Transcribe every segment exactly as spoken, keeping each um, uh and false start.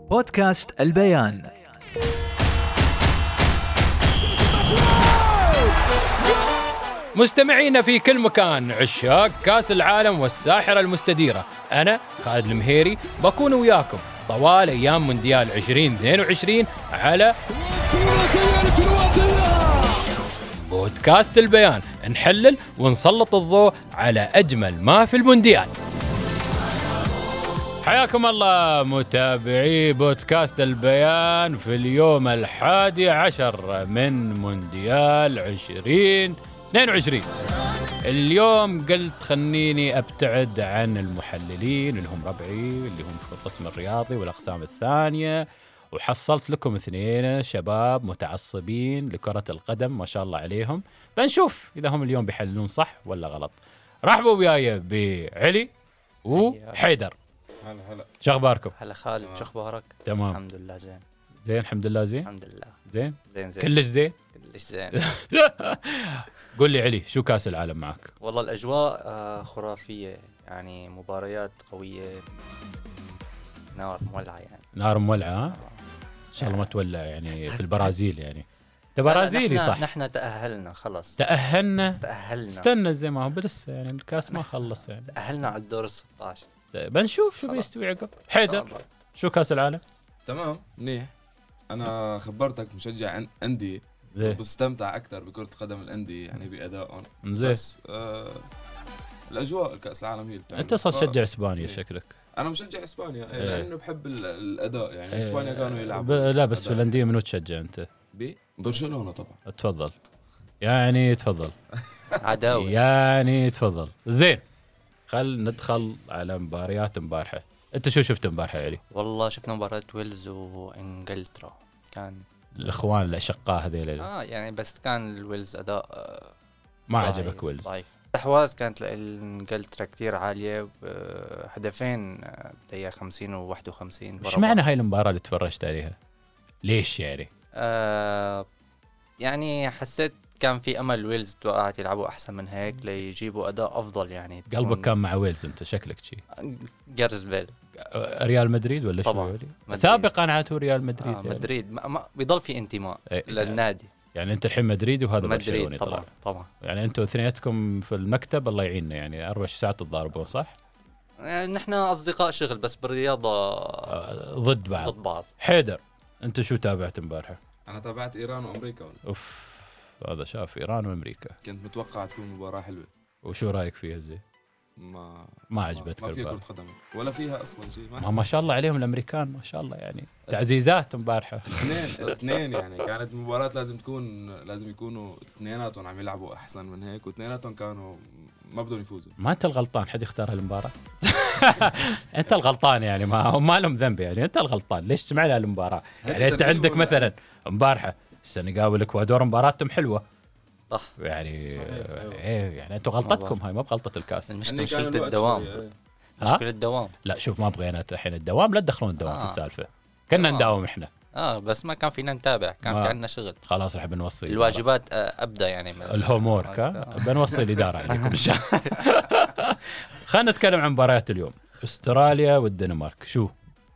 بودكاست البيان. مستمعينا في كل مكان، عشاق كاس العالم والساحرة المستديرة، أنا خالد المهيري بكون وياكم طوال أيام مونديال عشرين اثنين وعشرين على بودكاست البيان، نحلل ونسلط الضوء على أجمل ما في المونديال. حياكم الله متابعي بودكاست البيان في اليوم الحادي عشر من مونديال عشرين اثنين وعشرين. اليوم قلت خليني أبتعد عن المحللين اللي هم ربعي اللي هم في القسم الرياضي والأقسام الثانية، وحصلت لكم اثنين شباب متعصبين لكرة القدم ما شاء الله عليهم. بنشوف إذا هم اليوم بيحللون صح ولا غلط. رحبوا وياي بعلي وحيدر. هلا هلا شو اخباركم؟ هلا خالد، شو اخبارك؟ تمام الحمد لله زين. زين الحمد لله زين الحمد لله زين زين زين كلش زين كلش زين. قول لي علي، شو كاس العالم معك؟ والله الاجواء آه خرافيه، يعني مباريات قويه، نار مولعه يعني. نار مولعه. ان شاء الله ما تولع يعني في البرازيل. يعني انت برازيلي صح؟ نحن تاهلنا خلص، تاهلنا تاهلنا استنى زي ما هو لسه يعني الكاس ما خلص يعني. تاهلنا على الدور ال ستاشر. بنشوف شو بيستوي عقب. حيدر شو كاس العالم؟ تمام منيح. انا خبرتك مشجع انديه، بستمتع اكثر بكرة قدم الانديه يعني بادائهم. بس آه الاجواء كاس العالم هي بتاعنا. انت صار تشجع اسبانيا شكلك. انا مشجع اسبانيا إيه. لانه بحب الاداء يعني. إيه. اسبانيا كانوا ب... يلعبوا لا بس في الانديه منو تشجع انت؟ برشلونه طبعا. تفضل يعني تفضل. عداوه يعني تفضل. زين خل ندخل على مباريات امبارحه. انت شو شفت امبارحه علي؟ والله شفنا مباراة ويلز وانجلترا. كان الاخوان الاشقاء هذيل اه يعني بس كان الويلز اداء آه ما عجبك ويلز؟ ضعيف. الاحواز كانت لانجلترا كتير عاليه، هدفين بدقيقه خمسين وواحد وخمسين. ايش معنى هاي المباراه اللي تفرجت عليها؟ ليش يعني؟ آه يعني حسيت كان في امل ويلز توقعت يلعبوا احسن من هيك ليجيبوا اداء افضل. يعني قلبك كان مع ويلز انت شكلك شيء. جارز بيل ريال مدريد ولا شو؟ سابقا عادوا ريال مدريد. آه يعني. مدريد ما ما بيضل في انتماء ايه للنادي. يعني انت الحين مدريدي وهذا برشلوني طبعا طبعا. يعني انتوا اثنيناتكم في المكتب الله يعيننا يعني أربع ساعات تضاربون صح؟ يعني نحن اصدقاء شغل بس بالرياضه آه ضد بعض. ضد بعض. حيدر انت شو تابعت امبارحه؟ انا تابعت ايران وامريكا. اوف هذا شاف ايران وامريكا. كنت متوقع تكون مباراه حلوه. وشو رايك فيها زي؟ ما ما عجبتك؟ ما فيها كرة قدم ولا فيها اصلا شيء. ما, ما شاء الله عليهم الامريكان ما شاء الله يعني تعزيزات امبارحه. اثنين اثنين يعني كانت مباراة لازم تكون لازم يكونوا اثنيناتهم عم يلعبوا احسن من هيك، واثنيناتهم كانوا ما بدهم يفوزوا. ما انت الغلطان، حد يختار هالمباراة. انت الغلطان يعني ما هم ما لهم ذنب يعني. انت الغلطان ليش تسمع لها المباراة يعني. انت عندك مثلا امبارحه السنغال والاكوادور مباراتهم حلوة صح يعني. ايه يعني انتوا غلطتكم هاي ما بغلطة الكاس. مشكلة الدوام. مشكلة الدوام. لا شوف ما بغينا الحين الدوام، لا تدخلون الدوام آه. في السالفة. كنا نداوم احنا اه بس ما كان فينا نتابع، كان آه. في عندنا شغل. خلاص رح بنوصي الواجبات آه ابدا يعني الهومورك. آه. بنوصي الاداره عليكم ان شاء الله. خلينا نتكلم عن مباريات اليوم. استراليا والدنمارك شو؟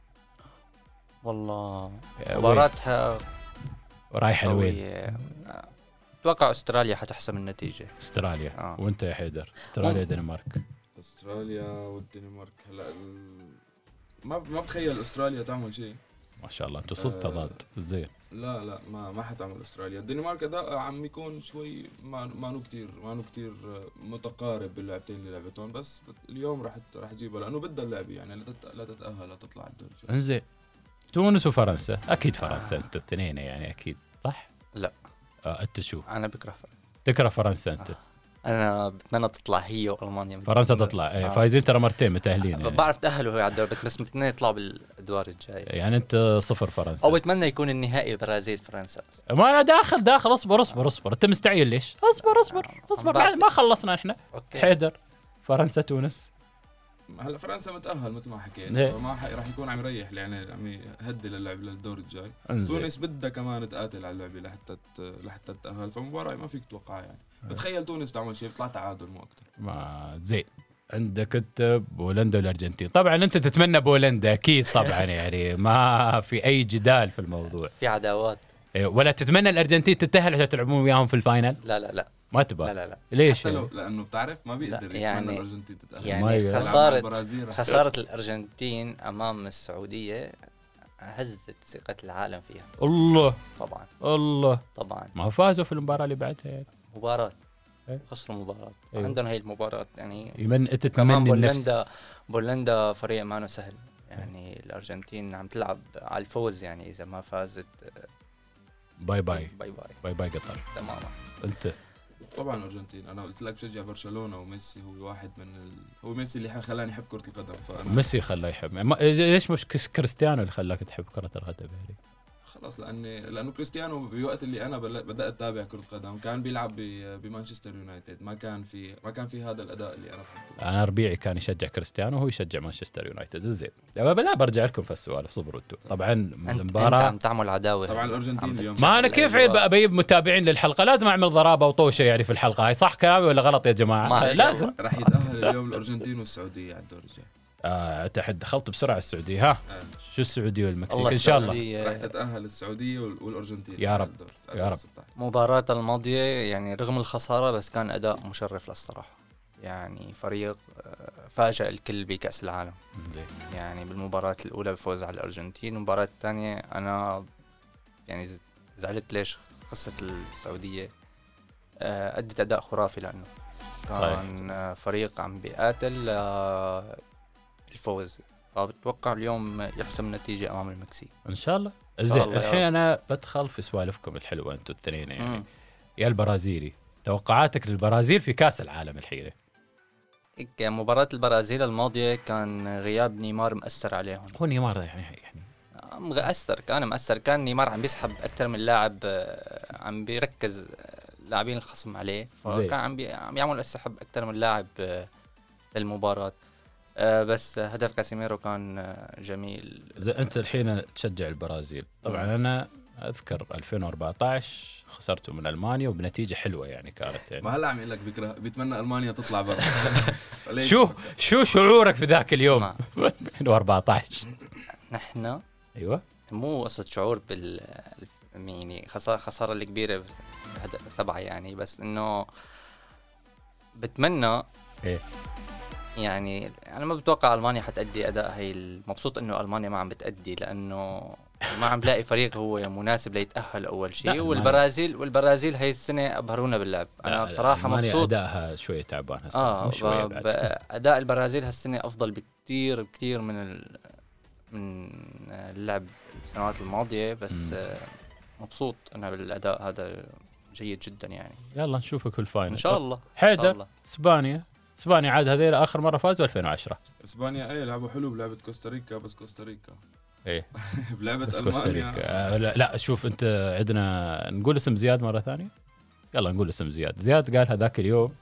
والله مباراتها رايحه لوين؟ اتوقع استراليا حتحسم النتيجه. استراليا آه. وانت يا حيدر؟ استراليا والدنمارك. استراليا والدنمارك. هلا ما ما بتخيل استراليا تعمل شيء. ما شاء الله انتوا صدق تضاد زين. لا لا ما ما حتعمل استراليا. الدنمارك اداء عم يكون شوي ما ما نو كتير ما نو كتير متقارب باللعبتين اللي لعبتهم، بس اليوم راح راح تجيبها لانه بدها اللعب يعني لا لا تتاهل لا تطلع الدوري. انزين تونس وفرنسا اكيد فرنسا. آه. انت الاثنين يعني اكيد صح؟ لا اه انت شو انا بكره فرنسا. تكره فرنسا انت؟ آه. انا بتمنى تطلع هي والمانيا. فرنسا تطلع ايه. آه. فايزين ترى مرتين متاهلين يعني. بعرف تاهلوا هي على الدوري بس متمنى يطلعوا بالادوار الجايه يعني. انت صفر فرنسا او بتمنى يكون النهائي برازيل فرنسا. ما انا داخل داخل اصبر اصبر اصبر. انت مستعجل ليش؟ اصبر اصبر اصبر ما خلصنا احنا. حيدر فرنسا تونس. هلا فرنسا متأهل مثل ما حكيت فما راح يكون عم يريح يعني عم يهدي للعب للدور الجاي. تونس بدها كمان تقاتل على اللعبة لحتى لحتى تتأهل، فمباراة ما فيك تتوقع يعني. بتخيل تونس تعمل شيء بيطلع تعادل مو اكثر. ما زين عندك انت بولندا والارجنتين. طبعا انت تتمنى بولندا اكيد طبعا يعني ما في اي جدال في الموضوع. في عداوات. ولا تتمنى الارجنتين تتاهل عشان تلعبون وياهم في الفاينل؟ لا لا لا ما تبغى. لا لا, لا. ليش حتى لو لانه بتعرف ما بيقدر يعني يتمنى الارجنتين تتاهل. يعني خساره خساره الارجنتين امام السعوديه هزت ثقه العالم فيها. الله طبعا الله طبعا. ما فازوا في المباراه اللي بعدها يعني. مباراه ايه؟ خسروا مباراه. ايوه. عندنا هي المباراه يعني يمن انت كمان تتمنى بولندا النفس. بولندا فريق ما سهل يعني. الارجنتين عم تلعب على الفوز يعني. اذا ما فازت باي باي باي باي باي باي قطر تماما. انت طبعا الارجنتين. انا قلت لك بشجع برشلونه وميسي هو واحد من ال... هو ميسي اللي خلاني احب كره القدم. فانا ميسي خلاه يحب. ما... ليش مش كريستيانو اللي خلاك تحب كره القدم يعني؟ خلاص لاني لانه كريستيانو بوقت اللي انا بل... بدات اتابع كره القدم كان بيلعب ب... بمانشستر يونايتد. ما كان في ما كان في هذا الاداء اللي انا بحبه. انا ربيعي كان يشجع كريستيانو وهو يشجع مانشستر يونايتد. زين لا برجع لكم في السؤال صبروا انتم. طبعا المباراه انت عم تعمل عداوه. طبعا الارجنتين اليوم ما انا كيف ابيب متابعين للحلقه لازم اعمل ضرابه وطوشه يعني في الحلقه هاي. صح كلامي ولا غلط يا جماعه؟ لازم. راح يتاهل اليوم الارجنتين والسعوديه على الدور الجاي. آه تحد دخلت بسرعه السعوديه. ها آه. شو السعوديه والمكسيك ان شاء الله راح تتاهل السعوديه والارجنتين يا رب يا رب. مباراه الماضيه يعني رغم الخساره بس كان اداء مشرف للصراحه يعني. فريق فاجأ الكل بكأس العالم. زي. يعني بالمباراة الأولى بفوز على الأرجنتين. المباراة الثانية أنا يعني زعلت ليش خسرت السعودية. أدت أداء خرافي لأنه كان صحيح. فريق عم بيقاتل الفوز. فبتوقع اليوم يحسم النتيجة أمام المكسيك إن شاء الله. زين الحين أنا بدخل في سوالفكم الحلوة أنتوا الاثنين يعني. م. يا البرازيلي توقعاتك للبرازيل في كأس العالم الحين؟ مباراة البرازيل الماضية كان غياب نيمار مأثر عليهم. هو نيمار يعني يعني مأثر كان مأثر كان نيمار عم بيسحب أكثر من لاعب. عم بيركز لاعبين الخصم عليه. فكان عم بي عم يعمل يسحب أكثر من لاعب للمباراة. بس هدف كاسيميرو كان جميل. أنت الحين تشجع البرازيل طبعا. م. أنا أذكر ألفين وأربعة عشر خسرتوا من ألمانيا وبنتيجة حلوة يعني كانت يعني. ما هلا عم يقول لك بكره بيتمنى ألمانيا تطلع برا. شو شو شعورك في ذاك اليوم ألفين وأربعة عشر؟ نحن أيوة مو قصة شعور بال يعني خسارة خسارة الكبيرة سبعة يعني. بس إنه بتمنى إيه يعني. أنا ما بتوقع ألمانيا حتأدي أداء هاي. المبسوط إنه ألمانيا ما عم بتأدي لأنه ما عم بلاقي فريق هو مناسب ليتأهل أول شيء. والبرازيل والبرازيل هاي السنة أبهرونا باللعب. أنا بصراحة مبسوط. أداءها شوية تعبان هسه. آه شوية ب... أداء البرازيل هالسنة أفضل بكتير بكتير من ال... من اللعب السنوات الماضية. بس م. مبسوط أنا بالأداء هذا جيد جدا يعني. يلا نشوفك في الفاينل إن شاء الله. حيدر إسبانيا إسبانيا عاد هذيل آخر مرة فازوا ألفين وعشرة. إسبانيا أي لعبوا حلو بلعبة كوستاريكا. بس كوستاريكا ايه بلعبة ألمانيا آه لا, لا شوف انت عندنا نقول اسم زياد مرة ثانية. يلا نقول اسم زياد. زياد قال هذاك اليوم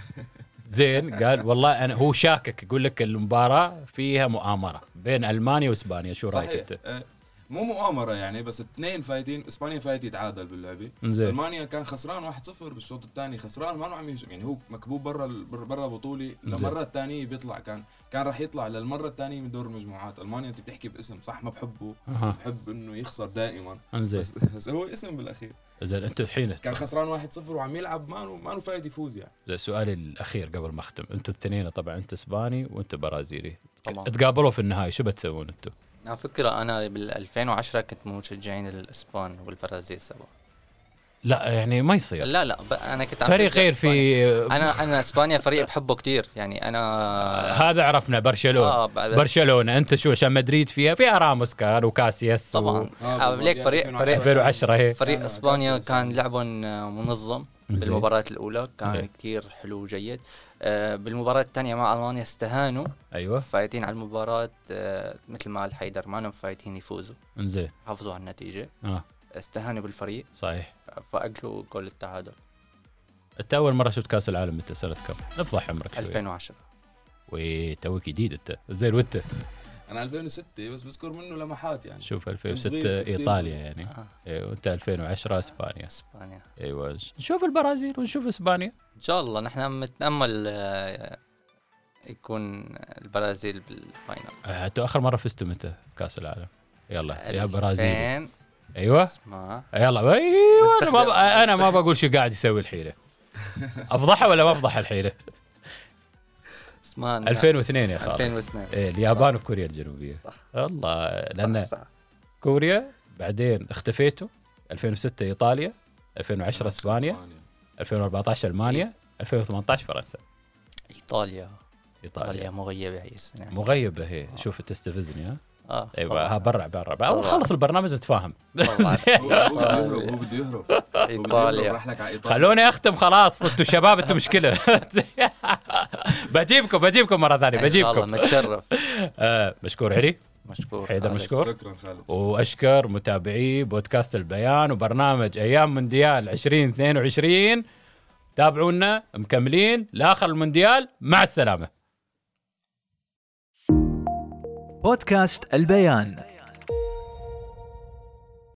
زين قال والله أنا هو شاكك يقول لك المباراة فيها مؤامرة بين ألمانيا وإسبانيا. شو رأيك انت؟ أه مو مؤامرة يعني بس اثنين فايتين. إسبانيا فايت يتعادل باللعبة. ألمانيا كان خسران واحد صفر بالشوط الثاني. خسران ما عم يهجم يعني. هو مكبوب برا برا بطولة. لمرة الثانية بيطلع كان كان راح يطلع للمرة الثانية من دور المجموعات. ألمانيا انت بتحكي باسم صح ما بحبه. أه. بحب انه يخسر دائما. بس, بس هو اسم بالاخير. زين انت الحين كان خسران واحد صفر وعم يلعب ما ما له فايد يفوز يعني. زين سؤالي الاخير قبل ما اختم. انتوا الاثنين طبعا انت اسباني وانت برازيلي طبعا. تقابلوا في النهاية شو بتسوون انتوا؟ على فكرة أنا بال ألفين وعشرة كنت مشجعين للإسبان والبرازيل سوا. لا يعني ما يصير. لا لا أنا كنت فريق غير في. أنا أنا إسبانيا فريق بحبه كتير يعني. أنا هذا عرفنا برشلونة. آه برشلونة أنت شو عشان مدريد فيها فيها راموس كار وكاسياس طبعا. و... آه ليك فريق فريق ألفين وعشرة هي فريق إسبانيا كان لعبهم منظم بالمباراة الأولى كان كتير حلو وجيد. آه بالمباراة الثانية مع ألمانيا استهانوا. أيوة فايتين على المباراة آه مثل ما الحيدر ما نم فايتين يفوزوا. إنزين حافظوا على النتيجة. آه. استهانوا بالفريق صحيح. فأجلوا جول التعادل. أنت أول مرة شفت كأس العالم متى سنة كم؟ نفضح عمرك شوي. ألفين وعشرة. وتوك جديد أنت. زين وأنت؟ أنا ألفين وستة بس بذكر منه لمحات يعني. شوف ألفين وستة إيطاليا يعني. آه. إيه وأنت ألفين وعشرة إسبانيا. إسبانيا. أيوة نشوف البرازيل ونشوف إسبانيا. إن شاء الله نحن متأمل يكون البرازيل بالفاينل. انتوا اخر مره فزتوا متى كاس العالم؟ يلا يا برازيل. ألفين. ايوه اسمع يلا ايوه انا ما ب... انا ما بقول شو قاعد يسوي الحيله. افضحها ولا ما افضح الحيله؟ اسمع ألفين واثنين يا خالد. ألفين واثنين إيه اليابان وكوريا الجنوبيه. صح. الله لان صح. صح. كوريا بعدين اختفيتوا. ألفين وستة ايطاليا، ألفين وعشرة اسبانيا، ألفين وأربعة عشر المانيا، ألفين وثمانية عشر فرنسا. ايطاليا ايطاليا ايطاليا مغيبه هي السنه. مغيبه هي. شوف تستفزني ها. اه ايوه ها برع برع برع خلص البرنامج نتفاهم. هو بده يهرب. ايطاليا. راح لك على ايطاليا. خلوني اختم خلاص. انتوا شباب انتوا مشكله. بجيبكم بجيبكم مره ثانيه بجيبكم. والله متشرف. آه مشكور علي. مشكور حيدر مشكور. شكرا خالد. واشكر متابعي بودكاست البيان وبرنامج ايام مونديال عشرين اثنين وعشرين. تابعونا مكملين لاخر المونديال. مع السلامه. بودكاست البيان.